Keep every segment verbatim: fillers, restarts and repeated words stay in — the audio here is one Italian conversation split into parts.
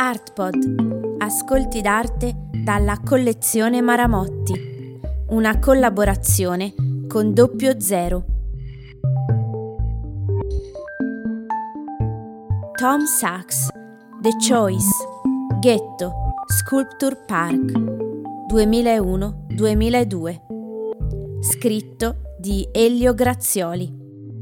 Artpod, ascolti d'arte dalla collezione Maramotti, una collaborazione con Doppio Zero. Tom Sachs, The Choice, Ghetto, Sculpture Park, duemilauno duemiladue. Scritto di Elio Grazioli.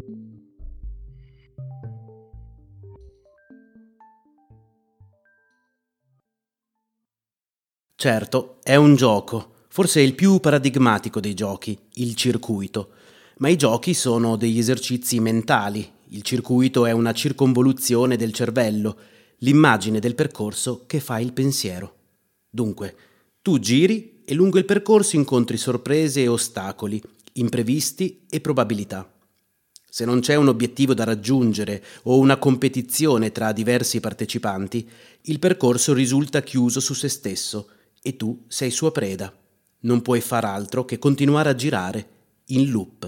Certo, è un gioco, forse il più paradigmatico dei giochi, il circuito, ma i giochi sono degli esercizi mentali. Il circuito è una circonvoluzione del cervello, l'immagine del percorso che fa il pensiero. Dunque, tu giri e lungo il percorso incontri sorprese e ostacoli, imprevisti e probabilità. Se non c'è un obiettivo da raggiungere o una competizione tra diversi partecipanti, il percorso risulta chiuso su se stesso e tu sei sua preda. Non puoi far altro che continuare a girare in loop.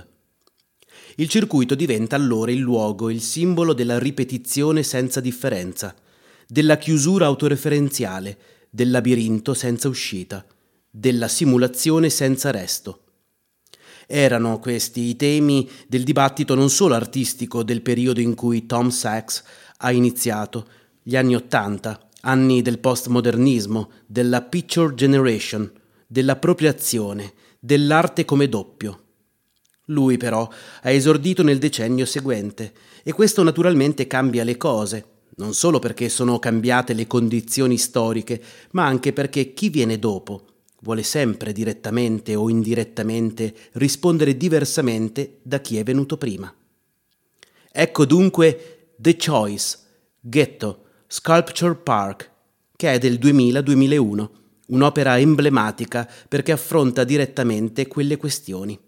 Il circuito diventa allora il luogo, il simbolo della ripetizione senza differenza, della chiusura autoreferenziale, del labirinto senza uscita, della simulazione senza resto. Erano questi i temi del dibattito non solo artistico del periodo in cui Tom Sachs ha iniziato, gli anni Ottanta, anni del postmodernismo, della picture generation, dell'appropriazione, dell'arte come doppio. Lui però ha esordito nel decennio seguente e questo naturalmente cambia le cose, non solo perché sono cambiate le condizioni storiche, ma anche perché chi viene dopo vuole sempre direttamente o indirettamente rispondere diversamente da chi è venuto prima. Ecco dunque The Choice, Ghetto, Sculpture Park, che è del duemila duemilauno, un'opera emblematica perché affronta direttamente quelle questioni.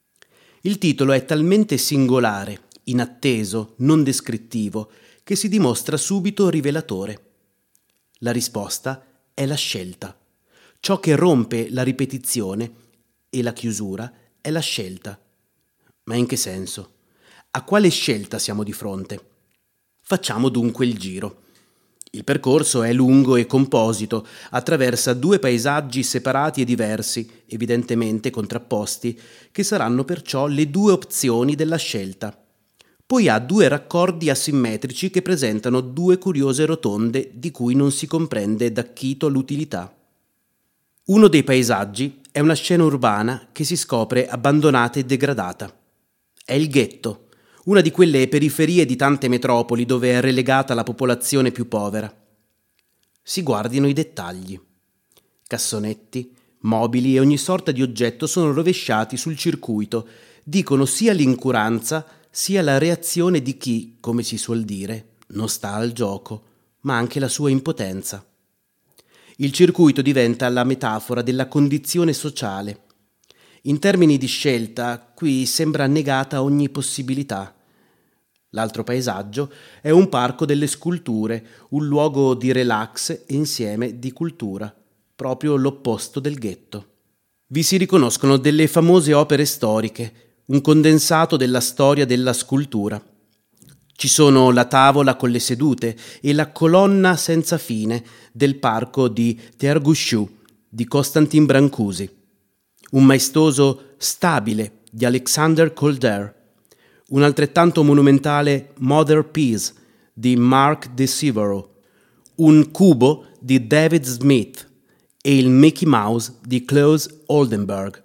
Il titolo è talmente singolare, inatteso, non descrittivo, che si dimostra subito rivelatore. La risposta è la scelta. Ciò che rompe la ripetizione e la chiusura è la scelta. Ma in che senso? A quale scelta siamo di fronte? Facciamo dunque il giro. Il percorso è lungo e composito, attraversa due paesaggi separati e diversi, evidentemente contrapposti, che saranno perciò le due opzioni della scelta. Poi ha due raccordi asimmetrici che presentano due curiose rotonde di cui non si comprende d'acchito l'utilità. Uno dei paesaggi è una scena urbana che si scopre abbandonata e degradata. È il ghetto, una di quelle periferie di tante metropoli dove è relegata la popolazione più povera. Si guardino i dettagli. Cassonetti, mobili e ogni sorta di oggetto sono rovesciati sul circuito, dicono sia l'incuranza sia la reazione di chi, come si suol dire, non sta al gioco, ma anche la sua impotenza. Il circuito diventa la metafora della condizione sociale. In termini di scelta, qui sembra negata ogni possibilità. L'altro paesaggio è un parco delle sculture, un luogo di relax e insieme di cultura, proprio l'opposto del ghetto. Vi si riconoscono delle famose opere storiche, un condensato della storia della scultura. Ci sono la tavola con le sedute e la colonna senza fine del parco di Teargushchu di Konstantin Brancusi, un maestoso Stabile di Alexander Calder, un altrettanto monumentale Mother Peace di Mark DeSivero, un cubo di David Smith e il Mickey Mouse di Klaus Oldenburg.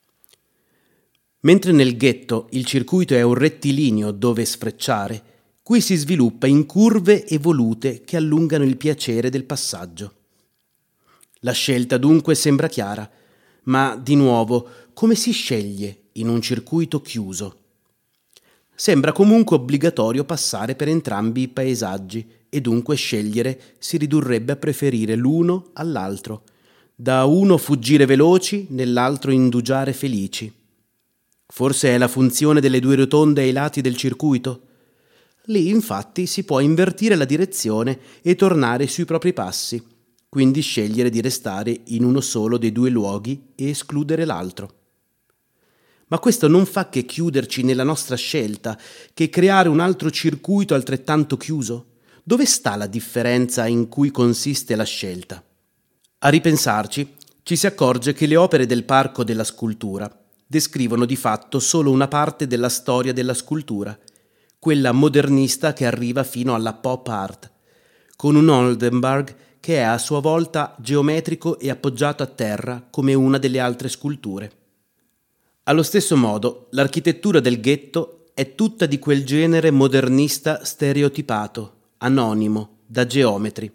Mentre nel ghetto il circuito è un rettilineo dove sfrecciare, qui si sviluppa in curve evolute che allungano il piacere del passaggio. La scelta dunque sembra chiara, ma di nuovo come si sceglie in un circuito chiuso? Sembra comunque obbligatorio passare per entrambi i paesaggi e dunque scegliere si ridurrebbe a preferire l'uno all'altro, da uno fuggire veloci, nell'altro indugiare felici. Forse è la funzione delle due rotonde ai lati del circuito? Lì infatti si può invertire la direzione e tornare sui propri passi, quindi scegliere di restare in uno solo dei due luoghi e escludere l'altro. Ma questo non fa che chiuderci nella nostra scelta, che creare un altro circuito altrettanto chiuso, Dove sta la differenza in cui consiste la scelta? A ripensarci, ci si accorge che le opere del Parco della Scultura descrivono di fatto solo una parte della storia della scultura, quella modernista che arriva fino alla pop art, con un Oldenburg che è a sua volta geometrico e appoggiato a terra come una delle altre sculture. Allo stesso modo, l'architettura del ghetto è tutta di quel genere modernista stereotipato, anonimo, da geometri.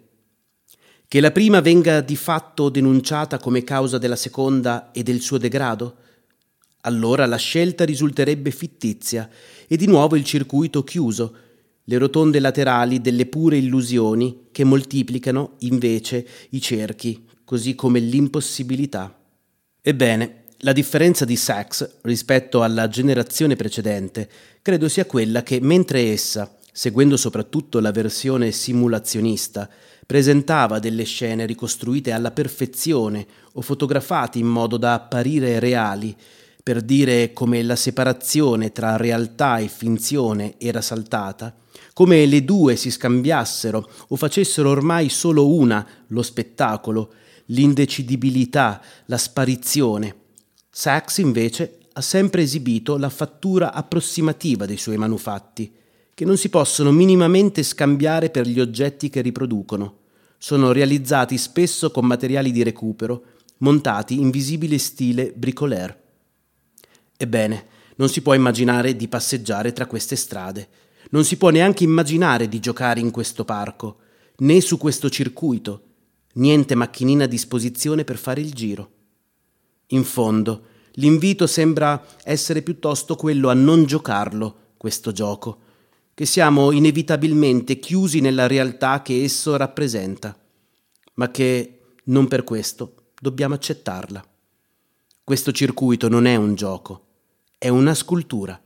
Che la prima venga di fatto denunciata come causa della seconda e del suo degrado? Allora la scelta risulterebbe fittizia e di nuovo il circuito chiuso, le rotonde laterali delle pure illusioni che moltiplicano invece i cerchi, così come l'impossibilità. Ebbene, la differenza di Sachs rispetto alla generazione precedente credo sia quella che mentre essa, seguendo soprattutto la versione simulazionista, presentava delle scene ricostruite alla perfezione o fotografate in modo da apparire reali, per dire come la separazione tra realtà e finzione era saltata, come le due si scambiassero o facessero ormai solo una, lo spettacolo, l'indecidibilità, la sparizione. Sachs invece ha sempre esibito la fattura approssimativa dei suoi manufatti, che non si possono minimamente scambiare per gli oggetti che riproducono. Sono realizzati spesso con materiali di recupero, montati in visibile stile bricoleur. Ebbene, non si può immaginare di passeggiare tra queste strade, non si può neanche immaginare di giocare in questo parco, né su questo circuito, niente macchinina a disposizione per fare il giro. In fondo, l'invito sembra essere piuttosto quello a non giocarlo, questo gioco, che siamo inevitabilmente chiusi nella realtà che esso rappresenta, ma che non per questo dobbiamo accettarla. Questo circuito non è un gioco, è una scultura.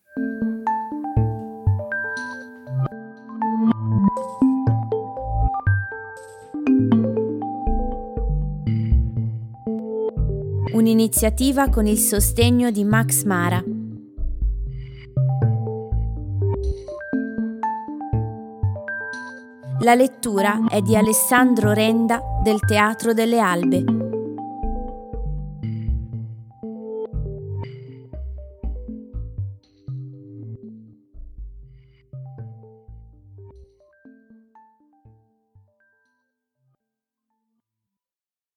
Un'iniziativa con il sostegno di Max Mara. La lettura è di Alessandro Renda del Teatro delle Albe.